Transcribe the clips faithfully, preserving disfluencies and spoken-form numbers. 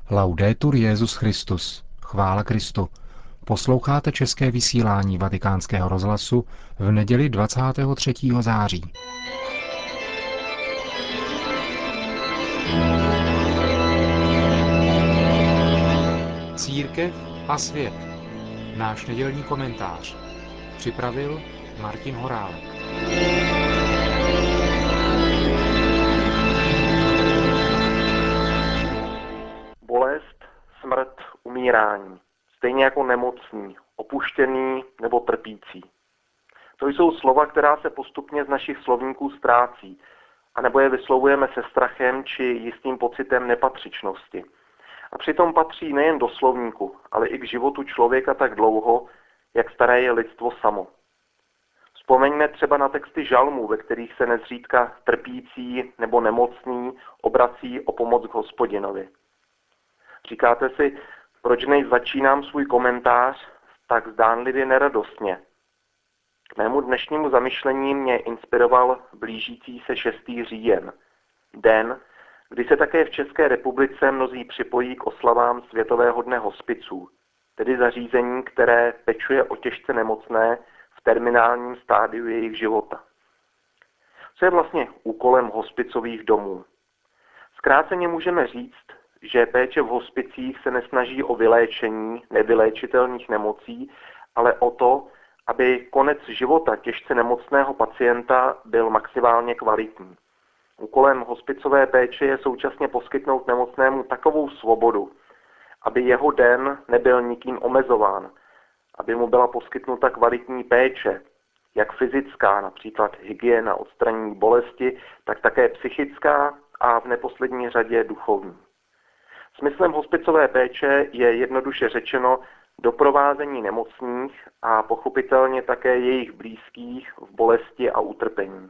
Laudetur Jesus Christus. Chvála Kristu. Posloucháte české vysílání Vatikánského rozhlasu v neděli dvacátého třetího září. Církev a svět. Náš nedělní komentář. Připravil Martin Horálek. Bolest, smrt, umírání, stejně jako nemocný, opuštěný nebo trpící. To jsou slova, která se postupně z našich slovníků ztrácí, anebo je vyslovujeme se strachem či jistým pocitem nepatřičnosti. A přitom patří nejen do slovníku, ale i k životu člověka tak dlouho, jak staré je lidstvo samo. Vzpomeňme třeba na texty žalmů, ve kterých se nezřídka trpící nebo nemocný obrací o pomoc k Hospodinovi. Říkáte si, proč dnes začínám svůj komentář tak zdánlivě neradostně. K mému dnešnímu zamyšlení mě inspiroval blížící se šestý říjen, den, kdy se také v České republice mnozí připojí k oslavám Světového dne hospiců, tedy zařízení, které pečuje o těžce nemocné v terminálním stádiu jejich života. Co je vlastně úkolem hospicových domů? Zkráceně můžeme říct, že péče v hospicích se nesnaží o vyléčení nevyléčitelných nemocí, ale o to, aby konec života těžce nemocného pacienta byl maximálně kvalitní. Úkolem hospicové péče je současně poskytnout nemocnému takovou svobodu, aby jeho den nebyl nikým omezován, aby mu byla poskytnuta kvalitní péče, jak fyzická, například hygiena, odstranění bolesti, tak také psychická a v neposlední řadě duchovní. Smyslem hospicové péče je jednoduše řečeno doprovázení nemocných a pochopitelně také jejich blízkých v bolesti a utrpení.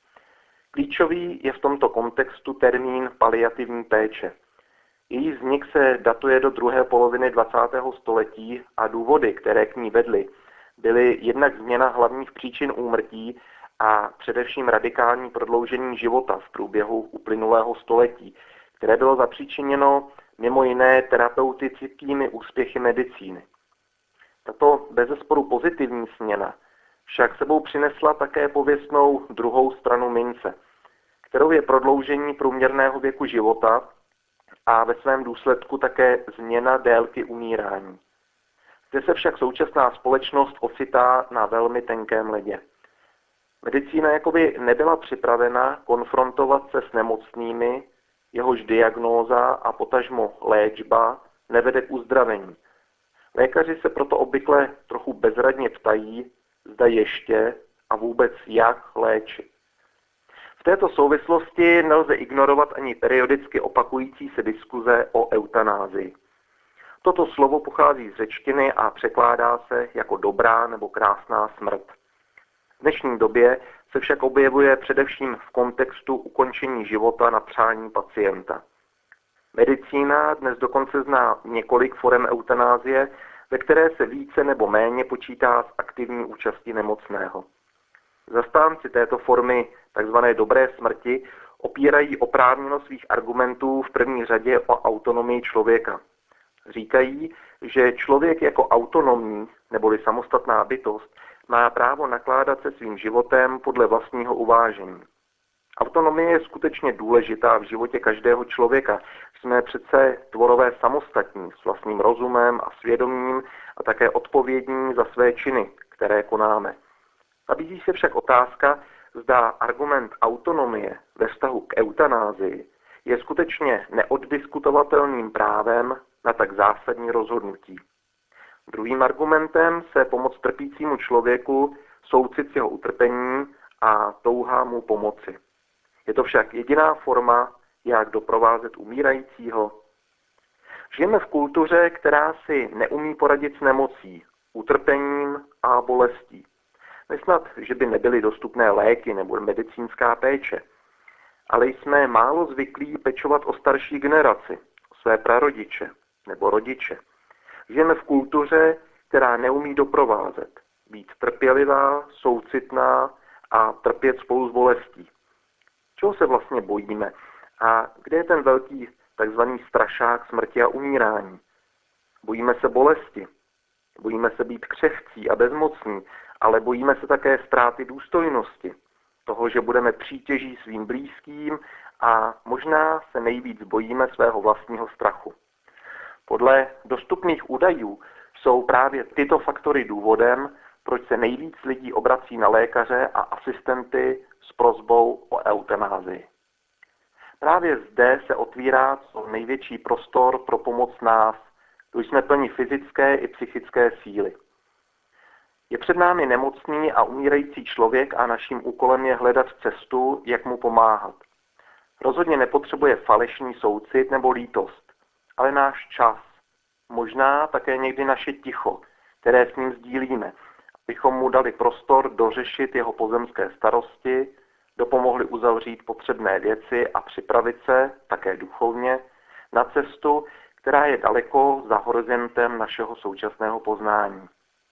Klíčový je v tomto kontextu termín paliativní péče. Její vznik se datuje do druhé poloviny dvacátého století a důvody, které k ní vedly, byly jednak změna hlavních příčin úmrtí a především radikální prodloužení života v průběhu uplynulého století, které bylo zapříčiněno mimo jiné terapeutickými úspěchy medicíny. Tato bezesporu pozitivní změna však sebou přinesla také pověstnou druhou stranu mince, kterou je prodloužení průměrného věku života a ve svém důsledku také změna délky umírání. Zde se však současná společnost ocitá na velmi tenkém ledě. Medicína jakoby nebyla připravena konfrontovat se s nemocnými, jehož diagnóza a potažmo léčba nevede k uzdravení. Lékaři se proto obvykle trochu bezradně ptají, zda ještě a vůbec jak léčit. V této souvislosti nelze ignorovat ani periodicky opakující se diskuze o eutanázii. Toto slovo pochází z řečtiny a překládá se jako dobrá nebo krásná smrt. V dnešní době se však objevuje především v kontextu ukončení života na přání pacienta. Medicína dnes dokonce zná několik forem eutanázie, ve které se více nebo méně počítá s aktivní účastí nemocného. Zastánci této formy tzv. Dobré smrti opírají oprávněnost svých argumentů v první řadě o autonomii člověka. Říkají, že člověk jako autonomní neboli samostatná bytost má právo nakládat se svým životem podle vlastního uvážení. Autonomie je skutečně důležitá v životě každého člověka. Jsme přece tvorové samostatní s vlastním rozumem a svědomím a také odpovědní za své činy, které konáme. Nabízí se však otázka, zda argument autonomie ve vztahu k eutanázii je skutečně neoddiskutovatelným právem na tak zásadní rozhodnutí. Druhým argumentem se pomoc trpícímu člověku, soucit s jeho utrpením a touha mu pomoci. Je to však jediná forma, jak doprovázet umírajícího. Žijeme v kultuře, která si neumí poradit s nemocí, utrpením a bolestí. Nesnad, že by nebyly dostupné léky nebo medicínská péče, ale jsme málo zvyklí pečovat o starší generaci, o své prarodiče nebo rodiče. Žijeme v kultuře, která neumí doprovázet, být trpělivá, soucitná a trpět spolu s bolestí. Čeho se vlastně bojíme a kde je ten velký takzvaný strašák smrti a umírání. Bojíme se bolesti, bojíme se být křehcí a bezmocní, ale bojíme se také ztráty důstojnosti, toho, že budeme přítěží svým blízkým a možná se nejvíc bojíme svého vlastního strachu. Podle dostupných údajů jsou právě tyto faktory důvodem, proč se nejvíc lidí obrací na lékaře a asistenty s prosbou o eutanázii. Právě zde se otvírá co největší prostor pro pomoc nás, kdo jsme plní fyzické i psychické síly. Je před námi nemocný a umírající člověk a naším úkolem je hledat cestu, jak mu pomáhat. Rozhodně nepotřebuje falešný soucit nebo lítost, ale náš čas, možná také někdy naše ticho, které s ním sdílíme, abychom mu dali prostor dořešit jeho pozemské starosti, dopomohli uzavřít potřebné věci a připravit se, také duchovně, na cestu, která je daleko za horizontem našeho současného poznání.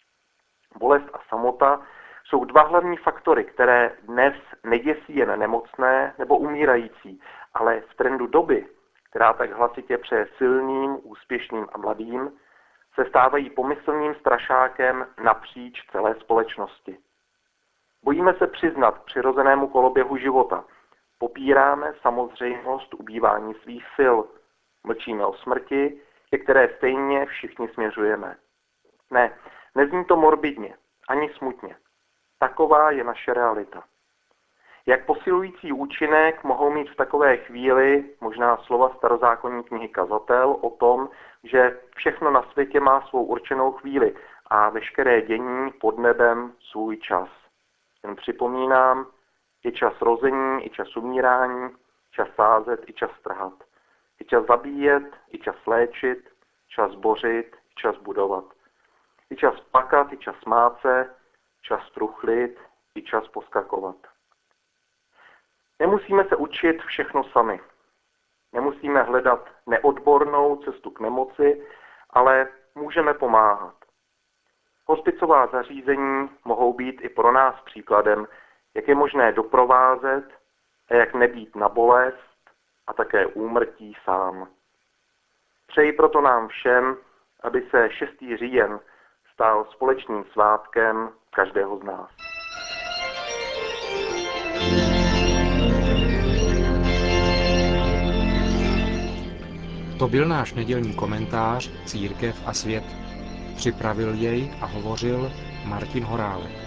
Bolest a samota jsou dva hlavní faktory, které dnes neděsí jen nemocné nebo umírající, ale v trendu doby, která tak hlasitě přeje silným, úspěšným a mladým, se stávají pomyslným strašákem napříč celé společnosti. Bojíme se přiznat k přirozenému koloběhu života. Popíráme samozřejmost ubývání svých sil. Mlčíme o smrti, ke které stejně všichni směřujeme. Ne, nezní to morbidně, ani smutně. Taková je naše realita. Jak posilující účinek mohou mít v takové chvíli možná slova starozákonní knihy Kazatel o tom, že všechno na světě má svou určenou chvíli a veškeré dění pod nebem svůj čas. Jen připomínám, je čas rození, i čas umírání, čas sázet, i čas trhat. Je čas zabíjet, i čas léčit, čas bořit, i čas budovat. Je čas plakat, i čas smát se, čas truchlit, i čas poskakovat. Nemusíme se učit všechno sami. Nemusíme hledat neodbornou cestu k nemoci, ale můžeme pomáhat. Hospicová zařízení mohou být i pro nás příkladem, jak je možné doprovázet a jak nebýt na bolest a také úmrtí sám. Přeji proto nám všem, aby se šestý říjen stal společným svátkem každého z nás. To byl náš nedělní komentář Církev a svět. Připravil jej a hovořil Martin Horálek.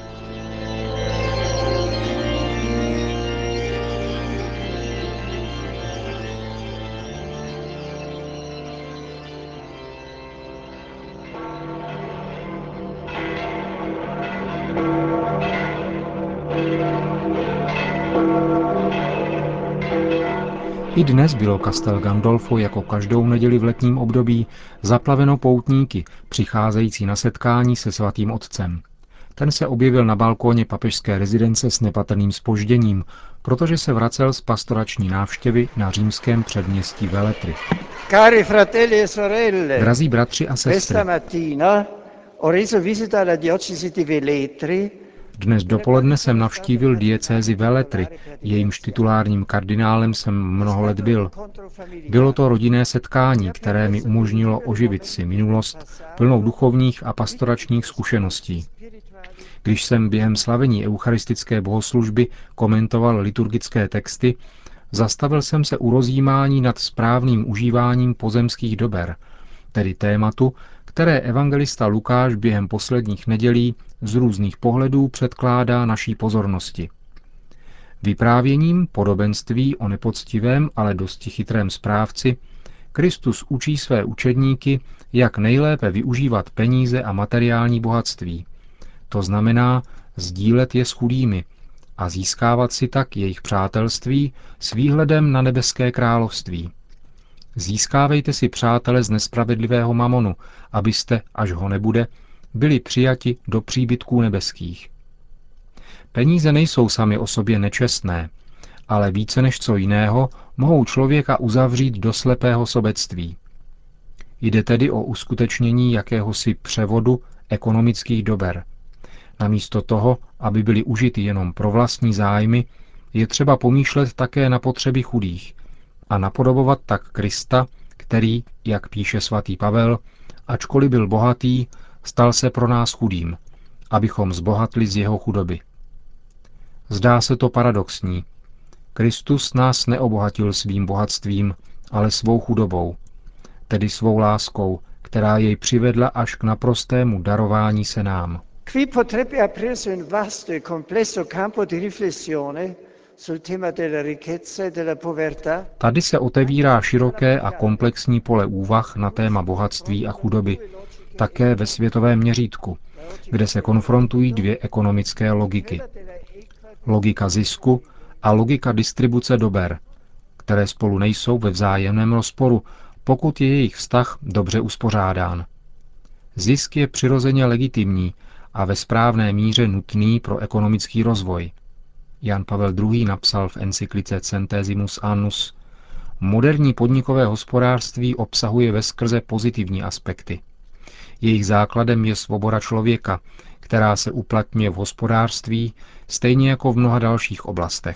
I dnes bylo Castel Gandolfo jako každou neděli v letním období zaplaveno poutníky, přicházející na setkání se svatým otcem. Ten se objevil na balkóně papežské rezidence s nepatrným zpožděním, protože se vracel z pastorační návštěvy na římském předměstí Veletri. Cari fratelli e sorelle, Drazí bratři a sestry, questa mattina ho reso visita alla diocesi di Velletri. Dnes dopoledne jsem navštívil diecézi Veletri, jejímž titulárním kardinálem jsem mnoho let byl. Bylo to rodinné setkání, které mi umožnilo oživit si minulost plnou duchovních a pastoračních zkušeností. Když jsem během slavení eucharistické bohoslužby komentoval liturgické texty, zastavil jsem se u rozjímání nad správným užíváním pozemských dober, tedy tématu, které evangelista Lukáš během posledních nedělí z různých pohledů předkládá naší pozornosti. Vyprávěním podobenství o nepoctivém, ale dosti chytrém správci Kristus učí své učedníky, jak nejlépe využívat peníze a materiální bohatství. To znamená sdílet je s chudými a získávat si tak jejich přátelství s výhledem na nebeské království. Získávejte si přátele z nespravedlivého mamonu, abyste, až ho nebude, byli přijati do příbytků nebeských. Peníze nejsou sami o sobě nečestné, ale více než co jiného mohou člověka uzavřít do slepého sobectví. Jde tedy o uskutečnění jakéhosi převodu ekonomických dober. Namísto toho, aby byly užity jenom pro vlastní zájmy, je třeba pomýšlet také na potřeby chudých a napodobovat tak Krista, který, jak píše svatý Pavel, ačkoliv byl bohatý, stal se pro nás chudým, abychom zbohatli z jeho chudoby. Zdá se to paradoxní. Kristus nás neobohatil svým bohatstvím, ale svou chudobou, tedy svou láskou, která jej přivedla až k naprostému darování se nám. Qui potrebbe aprirsi un vasto e complesso campo di riflessione sul tema della ricchezza e della povertà. Tady se otevírá široké a komplexní pole úvah na téma bohatství a chudoby, také ve světovém měřítku, kde se konfrontují dvě ekonomické logiky. Logika zisku a logika distribuce dober, které spolu nejsou ve vzájemném rozporu, pokud je jejich vztah dobře uspořádán. Zisk je přirozeně legitimní a ve správné míře nutný pro ekonomický rozvoj. Jan Pavel druhý. Napsal v encyklice Centesimus Annus: moderní podnikové hospodářství obsahuje veskrze pozitivní aspekty. Jejich základem je svoboda člověka, která se uplatňuje v hospodářství stejně jako v mnoha dalších oblastech.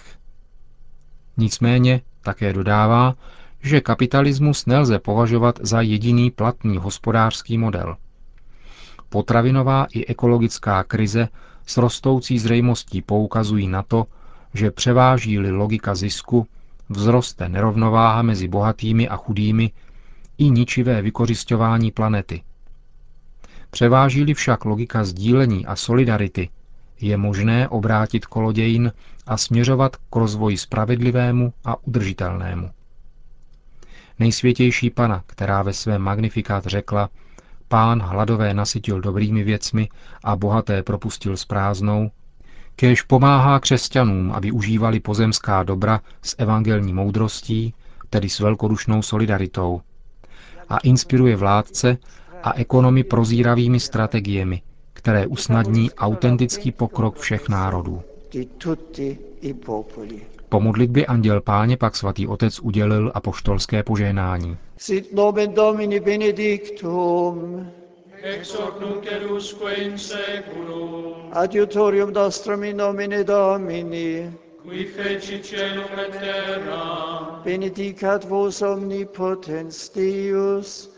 Nicméně také dodává, že kapitalismus nelze považovat za jediný platný hospodářský model. Potravinová i ekologická krize s rostoucí zřejmostí poukazují na to, že převáží-li logika zisku, vzroste nerovnováha mezi bohatými a chudými i ničivé vykořisťování planety. Převáží-li však logika sdílení a solidarity, je možné obrátit kolo dějin a směřovat k rozvoji spravedlivému a udržitelnému. Nejsvětější Panna, která ve svém Magnificat řekla: Pán hladové nasytil dobrými věcmi a bohaté propustil s prázdnou, kéž pomáhá křesťanům, aby užívali pozemská dobra s evangelní moudrostí, tedy s velkodušnou solidaritou, a inspiruje vládce a ekonomy prozíravými strategiemi, které usnadní autentický pokrok všech národů. Po modlitbě Anděl Páně pak svatý otec udělil apoštolské požehnání. Sit nomen Domini benedictum, ex hoc nunc et usque in seculum, adiutorium nostrum in nomine Domini, qui fecit caelum et terra, benedicat vos omnipotens Deus,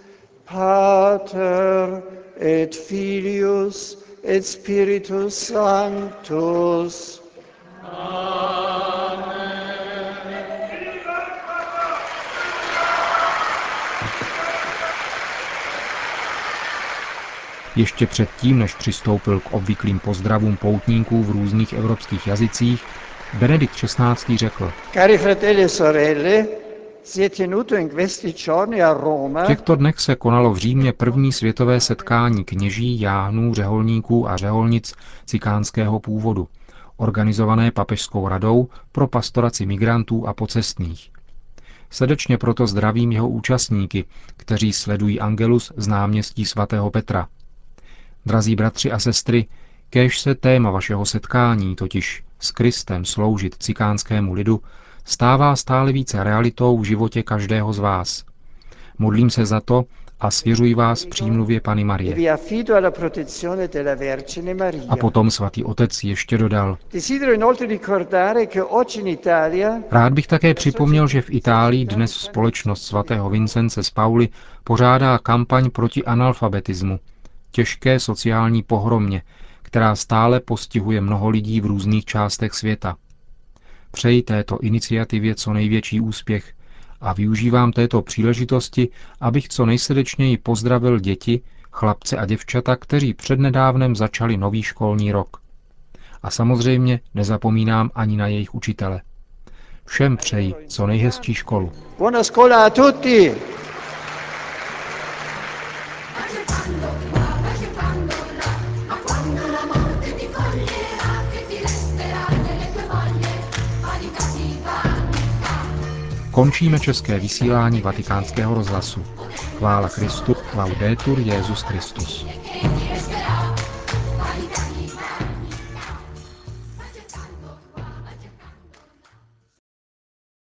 Pater et Filius et Spiritus Sanctus. Amen. Ještě předtím, než přistoupil k obvyklým pozdravům poutníků v různých evropských jazycích, Benedikt šestnáctý. Řekl: Cari fratelli e sorelle, si è tenuto in questi giorni a Roma. V těchto dnech se konalo v Římě první světové setkání kněží, jáhnů, řeholníků a řeholnic cikánského původu, organizované Papežskou radou pro pastoraci migrantů a pocestných. Srdečně proto zdravím jeho účastníky, kteří sledují Angelus z náměstí svatého Petra. Drazí bratři a sestry, kéž se téma vašeho setkání, totiž s Kristem sloužit cikánskému lidu, stává stále více realitou v životě každého z vás. Modlím se za to a svěřuji vás přímluvě Panny Marie. A potom svatý otec ještě dodal: rád bych také připomněl, že v Itálii dnes společnost svatého Vincence z Pauli pořádá kampaň proti analfabetismu, těžké sociální pohromě, která stále postihuje mnoho lidí v různých částech světa. Přeji této iniciativě co největší úspěch a využívám této příležitosti, abych co nejsrdečněji pozdravil děti, chlapce a děvčata, kteří přednedávnem začali nový školní rok. A samozřejmě nezapomínám ani na jejich učitele. Všem přeji co nejhezčí školu. Buona scuola a tutti! Končíme české vysílání Vatikánského rozhlasu. Chvála Kristu, laudetur Jesus Christus.